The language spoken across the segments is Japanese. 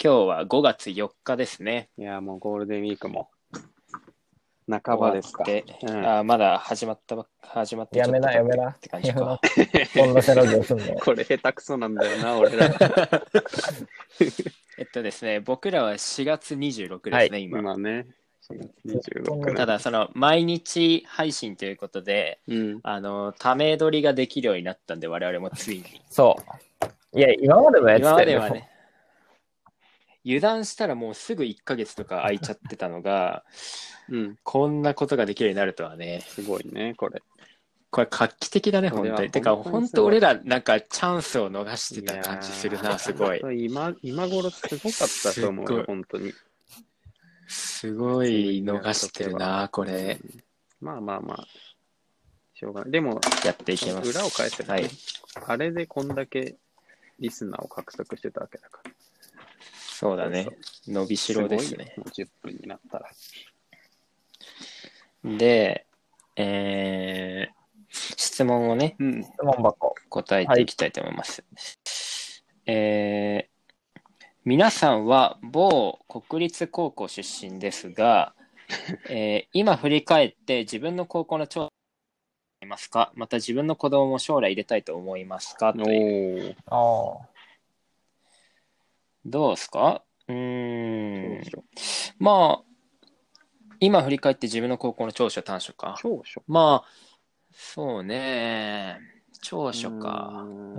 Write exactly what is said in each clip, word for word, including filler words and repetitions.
今日はごがつよっかですね。 いや、もうゴールデンウィークも半ばですか。 で、 うん、 あまだ始まったば始まってやめな、やめな。 って感じか。 こんな背伸びをすんの。 これ下手くそなんだよな、俺ら。 えっとですね、僕らはしがつにじゅうろくですね、はい、今。 今ね。しがつにじゅうろくただ、その毎日配信ということで、うん、あの、ため撮りができるようになったんで、我々もついに。 そう。いや、今までもやってたよ。 今まではね。油断したらもうすぐいっかげつとか空いちゃってたのが、うん、こんなことができるようになるとはね。 すごいね、これ。 これ画期的だね、本当に。てか、本当俺らなんかチャンスを逃してた感じするな、すごい。 今、今頃すごかったと思うよ、本当に。 すごい逃してるな、これ。 まあまあまあ、しょうがない。でも、 やっていきます。 裏を返せば、ね、はい、あれでこんだけリスナーを獲得してたわけだから。 そうだね。そうそう、伸びしろですね。 すもうじゅっぷんになったら。 で、えー、質問をね、 うん、質問箱答えていきたいと思います。はい、えー、皆さんは某国立高校出身ですが、えー、今振り返って自分の高校の調査いますか？また自分の子供も将来入れたいと思いますか？という。 おー。 どうですか？うーん。まあ、今振り返って自分の高校の長所短所か。 長所まあ、そうね。長所か。 うーん。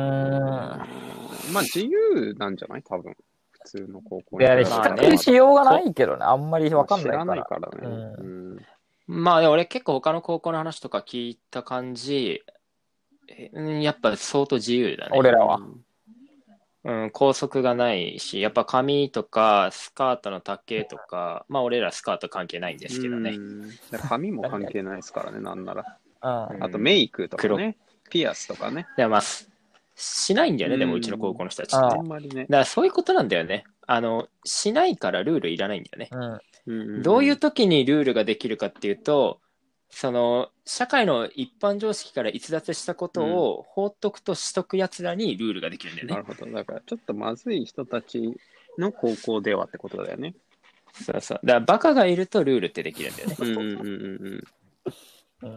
まあ、自由なんじゃない？多分。普通の高校に。いや、比較しようがないけどね。あんまりわかんないから。 知らないからね。 うん、まあ、俺結構他の高校の話とか聞いた感じ、やっぱ相当自由だね。 俺らは。 うん、校則がないし、やっぱ髪とかスカートの丈とか、まあ俺らスカート関係ないんですけどね。 髪も関係ないですからね、なんなら。 うん、 あとメイクとかね、ピアスとかね。 いやまあ、しないんだよね、でもうちの高校の人たちって。 あんまりね。 だからそういうことなんだよね。あの、しないからルールいらないんだよね。 うん、 どういう時にルールができるかっていうと、その社会の一般常識から逸脱したことを放っとくとしとくやつらにルールができるんだよね。 なるほど。だからちょっとまずい人たちの高校ではってことだよね。 そうそう。だからバカがいるとルールってできるんだよね。 うんうんうんうんうん。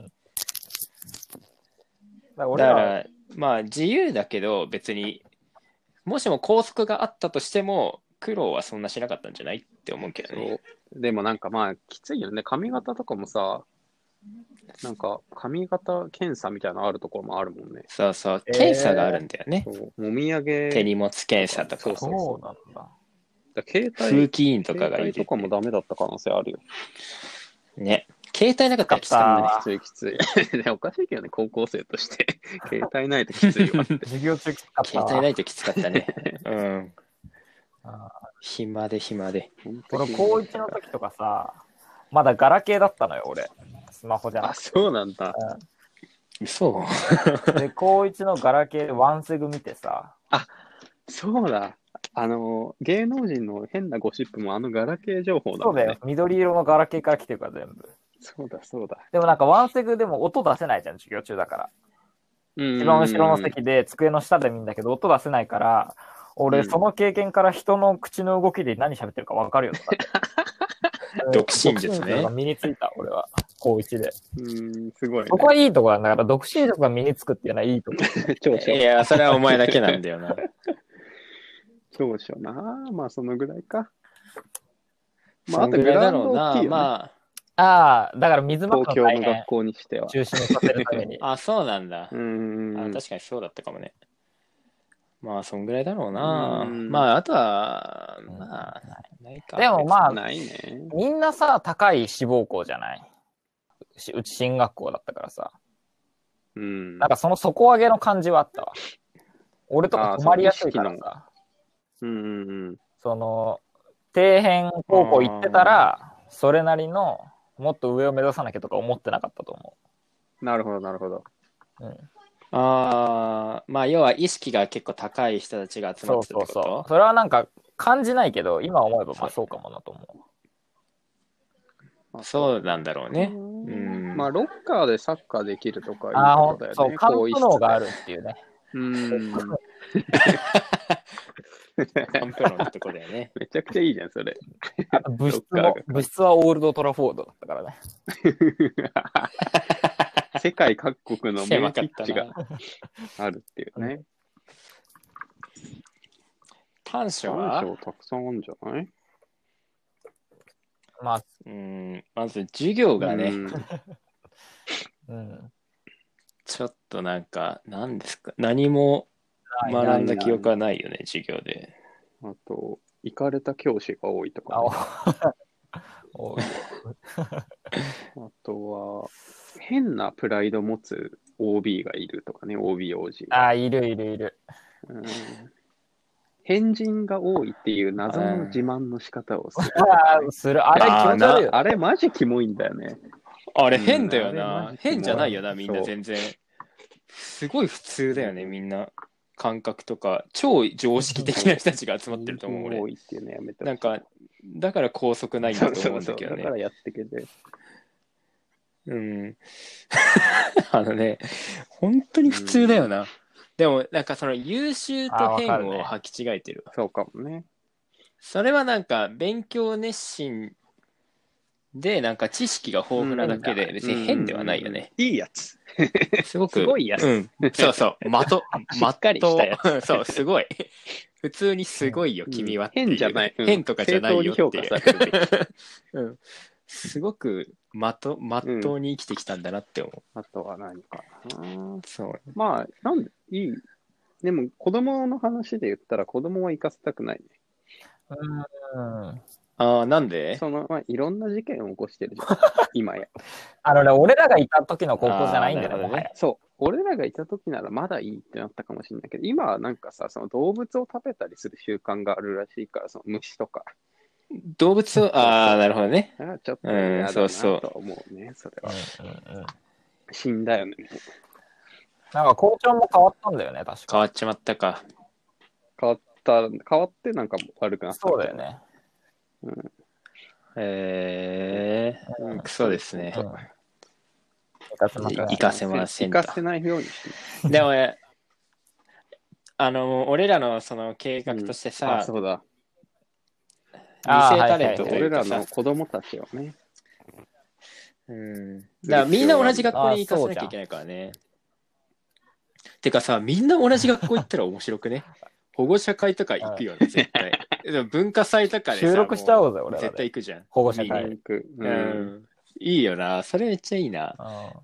だからまあ自由だけど別にもしも校則があったとしても苦労はそんなしなかったんじゃないって思うけどね。 でもなんかまあきついよね。髪型とかもさ、なんか髪型検査みたいなのあるところもあるもんね。 そうそう、検査があるんだよね。 えー、そうもみあげ手荷物検査とか。 そうそうそうなんだ。 だ携帯風紀委員とかがいる。 携帯とかもダメだった可能性あるよ。 ね。携帯なかったらきつかったね。きついきつい。おかしいけどね、高校生として。携帯ないときついわって。 授業中きつかった。 携帯ないときつかったね。うん。暇で暇で。 俺、高いちの時とかさ、まだガラケーだったのよ、俺。スマホじゃなくて。 あ、そうなんだ。 うん、嘘で、高いちのガラケーでワンセグ見てさ。 あ、そうだ。あの、芸能人の変なゴシップもあのガラケー情報だもんね。 そうだよ。緑色のガラケーから来てるから全部。 そうだそうだ。 でもなんかワンセグでも音出せないじゃん、授業中だから。一番後ろの席で机の下で見るんだけど、音出せないから、俺、その経験から人の口の動きで何喋ってるか分かるよとか。 独身術ね。 身についた、俺は。高いちで。 うん、すごい、ね。 そこはいいとこなんだから、独身力が身につくっていうのはいいとこ。 いや、それはお前だけなんだよな。 長所な。まあ、そのぐらいか。 まあ、あとグラウンド大きいよね。まあ、ああ、だから水まくの東京の学校にしては。 中心にさせるために。 あ、そうなんだ。 うんあ。確かにそうだったかもね。まあ、そんぐらいだろうな。うまあ、あとは、まあ、 ないか。でもまあ、 ないね、 みんなさ、高い志望校じゃない。うち進学校だったからさ。うん。なんかその底上げの感じはあったわ。俺とか困りやすいからさ。 うんうんうん。 その、底辺高校行ってたら、それなりの、もっと上を目指さなきゃとか思ってなかったと思う。なるほど、なるほど。 うん。ああ、まあ要は意識が結構高い人たちが集まってたってこと？そうそうそう。 それはなんか感じないけど、今思えばまあそうかもなと思う。そうなんだろうね。うん。 まあロッカーでサッカーできるとかいうことだよね。 そう、カンプ脳があるっていうね。 うん。 カンプロのとこだよね。 めちゃくちゃいいじゃん、それ。 あと物質も、物質はオールド・トラフォードだったからね。 世界各国の名ピッチがあるっていうね。 短所は短所たくさんあるんじゃない？ まあ、 うん、まず授業がね、 うん、 ちょっとなんか、なんですか、何も学んだ記憶はないよね、授業で。 あと、行かれた教師が多いとか、 ね。多い。 あとは、変なプライド持つ オービー がいるとかね、オービー、オージー。 あ、いるいるいる。 うん、変人が多いっていう謎の自慢の仕方をする、 あする。あれ気持ち悪いよ。 あれマジキモいんだよね。 あれ変だようんな。変じゃないよな、みんな全然。すごい普通だよね、みんな。感覚とか、超常識的な人たちが集まってると思う、俺。 多いっていうね、やめて。 なんか、だから高速ないんだと思うんだけどね。 そうそうそう、だからやってけて。 うん。あのね、本当に普通だよな。うん、でも、なんかその優秀と変を履き違えてるわ。 そうかもね。 それはなんか、勉強熱心で、なんか知識が豊富なだけで、別に変ではないよね。 いいやつ。 すごく。 すごいやつ。 うん。そうそう。的、 しっかりしたやつ。 そう、すごい。普通にすごいよ、うん、君はっていう。 変じゃない。 うん、変とかじゃないよっていう。 正当に評価されるべき。 うん。すごく、まと、まっとうに生きてきたんだなって思う。 うん、あとは何かな。 そう。 まあ、なんで、いい。でも、子供の話で言ったら、子供は行かせたくないね。 うん。 ああ、なんでその、まあ、いろんな事件を起こしてるじゃん、今や。 あのね、俺らがいた時の高校じゃないんだよね、 ね。そう。俺らがいた時ならまだいいってなったかもしれないけど、今はなんかさ、その動物を食べたりする習慣があるらしいから、その虫とか。 動物を、ああ、なるほどね。 だからちょっと嫌だなと思うね、それは。うんうんうん、死んだよね、もう。 なんか校長も変わったんだよね、確か。 変わっちまったか。 変わった、変わってなんか悪くなった。 そうだよね。 うん、 えー、うん、クソですね。 うん、 行かせませんと。 行かせないようにして。 でも、あの、俺らのその計画としてさ、 うん、あ、そうだ。 二世タレントと俺らの子供たちをね。 うん。だからみんな同じ学校に行かせなきゃいけないからね。てかさ、みんな同じ学校行ったら面白くね。保護者会とか行くよね、絶対。でも文化祭とかでさ、 収録しちゃおうぜ、俺ら。 絶対行くじゃん。 保護者会。 行く。 うん。いいよな。それめっちゃいいな。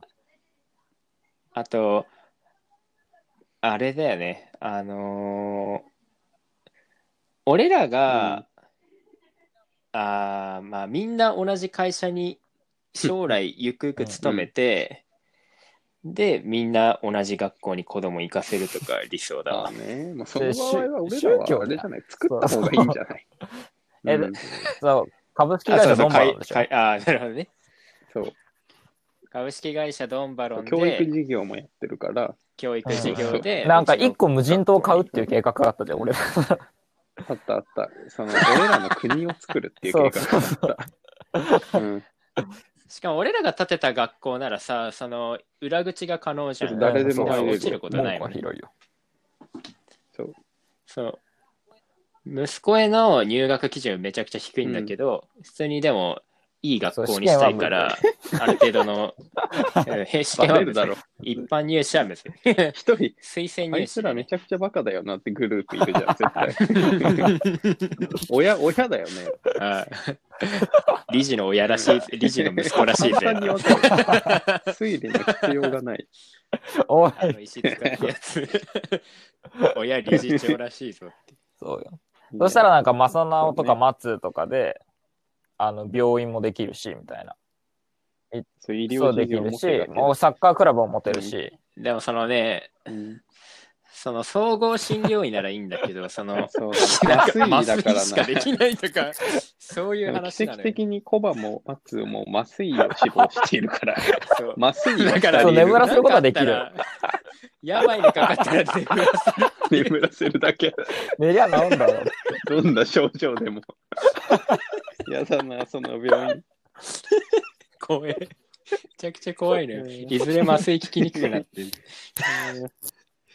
あと、あれだよね。あのー、俺らが、うん、あまあみんな同じ会社に将来ゆくゆく勤めて、うんうん、でみんな同じ学校に子供行かせるとか理想だわ。 ね、まあ、その場合は俺らはあれじゃない、作った方がいいんじゃない。 え、うん、そう株式会社ドンバロンでしょ。 ああ、なるほどね。 そう。 株式会社ドンバロンで教育事業もやってるから。 教育事業で、 うん、なんか一個無人島を買うっていう計画があったじゃん、俺ら。 あったあった。その俺らの国を作るっていう計画があった。うん、 しかも俺らが建てた学校ならさ、その裏口が可能じゃん。 誰でも入れる。 落ちることないもん。 広いよ。 そう。 そう。息子への入学基準めちゃくちゃ低いんだけど、うん、普通にでもいい学校にしたいから、ある程度の試験はむずい。一般入試はむずい。 一人、 推薦入試、ね。 あいつらめちゃくちゃバカだよなってグループいるじゃん、絶対。親、親だよね。 ああ理事の親らしい、理事の息子らしいぜ。 推理の必要がない。 おい。 あの石使ったやつ。親理事長らしいぞって。 そうよ。そしたらなんか、正直とか松とかで、あの、病院もできるし、みたいな。 そう、医療できるし、もうサッカークラブも持てるし。 うん、でもそのね、うん、その総合診療医ならいいんだけど、その、 そう麻酔麻酔しかできないとか、そういう話なのよ。 奇跡的にコバもマツも麻酔を志望しているから、麻酔だから、眠らせることはできる。 病にかかったら眠らせる。 眠らせるだけ。 寝りゃ治んだろ。 どんな症状でも。やだな、その病院。 怖い。めちゃくちゃ怖いね。いずれ麻酔効きにくくなってる。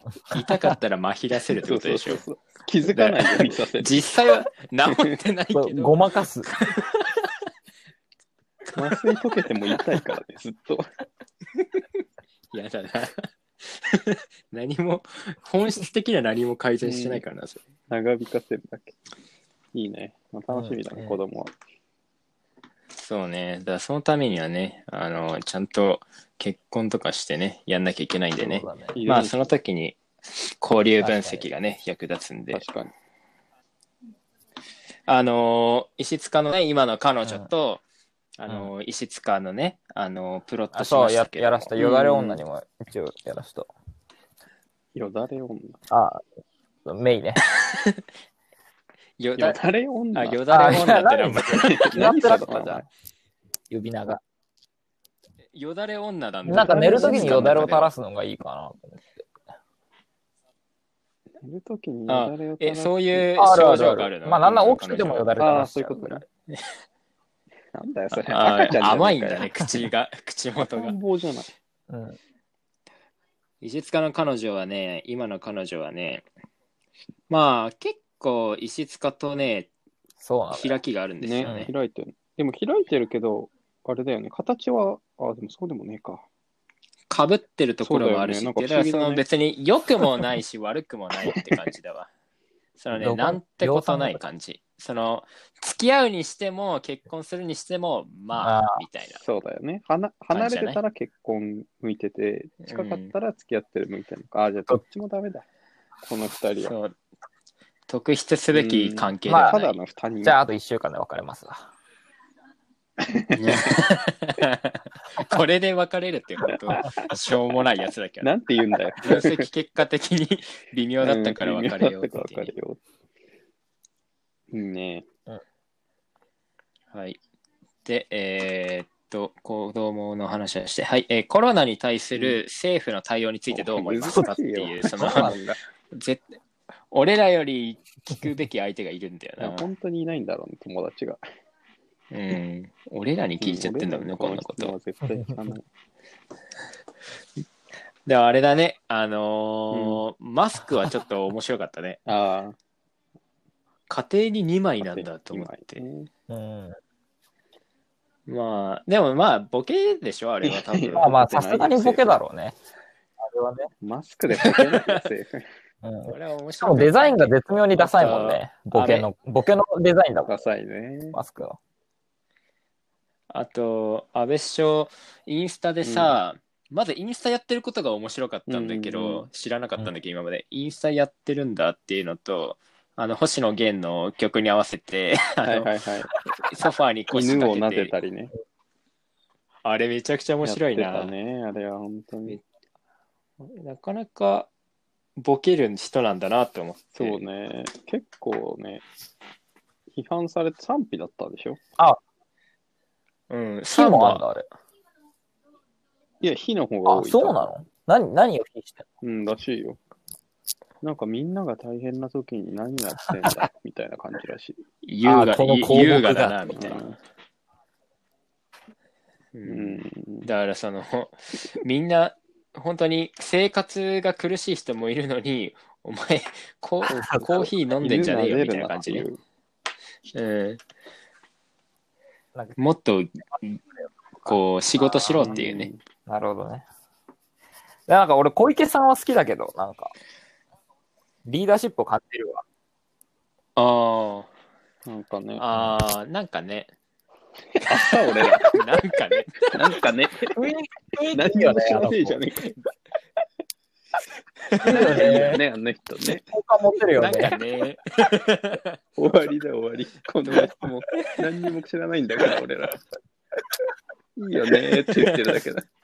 痛かったら麻痺らせるってことでしょ。 そうそうそうそう気づかないようにさせる。 実際は治ってないけそうど。 ごまかす。 麻酔溶けても痛いからね、ずっと。 やだな。何も、本質的には何も改善してないからな、それ。 長引かせるだけ。いいね。まあ、楽しみだね、 うん子供は。 そうね。だからそのためにはね、あの、ちゃんと結婚とかしてね、やんなきゃいけないんでね。 そうだね。 まあ、その時に交流分析がね、役立つんで。 確かに。 あの、石塚のね、今の彼女と、あの、石塚のね、あの、プロットあ、 しそう、やましたけども。 やらした。よだれ女にも一応やらした。 よだれ女。 あ、メイね。 よだよだれ女。 あ、よだれ女ってのは、 決まってなかったじゃん何それ。 指長。 よだれ女なんだ。 なんか寝るときによだれを垂らすのがいいかなと思って。 寝るときによあだれを垂え、 らす。 そういうあるあ症状があるの。 るある。まあ、なんなら起きててもよだれ垂ああ、 らしちゃうそういうことぐらいね。。なんだよ、それ。 あ赤ちゃんじゃねえかよ甘いんだね、口が、口元が赤ん。坊じゃない。 うん。 石塚の彼女はね、今の彼女はね、まあ結構石塚とね、 そうなんだよ。 開きがあるんですよね。 ね、開いてる。でも開いてるけど、あれだよね、形は、あ、でもそうでもねえか。 かぶってるところもあるし、 そうだよねだからそなんか不思議だねの別に良くもないし悪くもないって感じだわ。そのね、 どこなんてことない感じ。その、付き合うにしても、結婚するにしても、まあ、 あみたいな。 そうだよね。はな離れ感じじゃないてたら結婚向いてて、近かったら付き合ってる向いてるのか。あ、じゃあどっちもダメだ。この二人は。 そう。特筆すべき関係ではない。 ただの二人。 じゃあ、あといっしゅうかんで別れますわ。 これで別れるって本当しょうもないやつだけど。 なんて言うんだよ。 分析結果的に微妙だったから別れようってうん微妙だったから別れよう。いいね。 はい。で、えーっと、子供の話をして、はい、えーコロナに対する政府の対応についてどう思いますかっていう、その、 そうなんだ。 ぜ俺らより聞くべき相手がいるんだよな。 本当にいないんだろうね、友達が。 うん。俺らに聞いちゃってんだもんね、 うこんなこと。 この質問は絶対聞かない。 でもあれだね、あのーマスクはちょっと面白かったね。 あ家庭ににまいあ。 なんだと思って。 ねうん。 まあ、でもまあ、ボケでしょ、あれは多分。 まあまあ、さすがにボケだろうね。あれはね。 マスクでボケないよ、政府。 うん。 これは面しか白い。 もデザインが絶妙にダサいもんね。ボケの、ボケのデザインだもん、 ダサいね。 マスクの。 あと、安倍首相、インスタでさ、まずインスタやってることが面白かったんだけど、 うんうん知らなかったんだけど、今まで。インスタやってるんだっていうのと、あの、星野源の曲に合わせて、あのはいはいはい。 ソファーに腰犬を撫掛けて、 でたりね。 あれめちゃくちゃ面白いな。 やってたね、あれは本当に。 なかなかボケる人なんだなって思って。 そうね。結構ね、批判されて賛否だったでしょ。 うん、 火もあんだ、あれ。 いや、火の方があ多、い。 そうなの何、何を火してんうん、らしいよ。なんかみんなが大変な時に何やってんだみたいな感じらしい。 優雅あこの項目が優雅だな、みたいな。 ううんん。 だからその、みんな、本当に生活が苦しい人もいるのに、お前、コーコーヒー飲んでんじゃねえよみたいな感じね。うん、 なんかもっと、こう、仕事しろっていうね。 なるほどね。でなんか俺、小池さんは好きだけど、なんか、リーダーシップを感じるわ。 あなんかね。 あ、ああ、なんかね。 あった俺ら。 なんかね。 なんかね。 雰囲気何にも知らねえじゃねえか。 いいよね。 ね、あの人ね。 好感持ってるよなんね。 かね。 終わりだ終わり。この質問。何にも知らないんだから、俺ら。いいよねーって言ってるだけだ。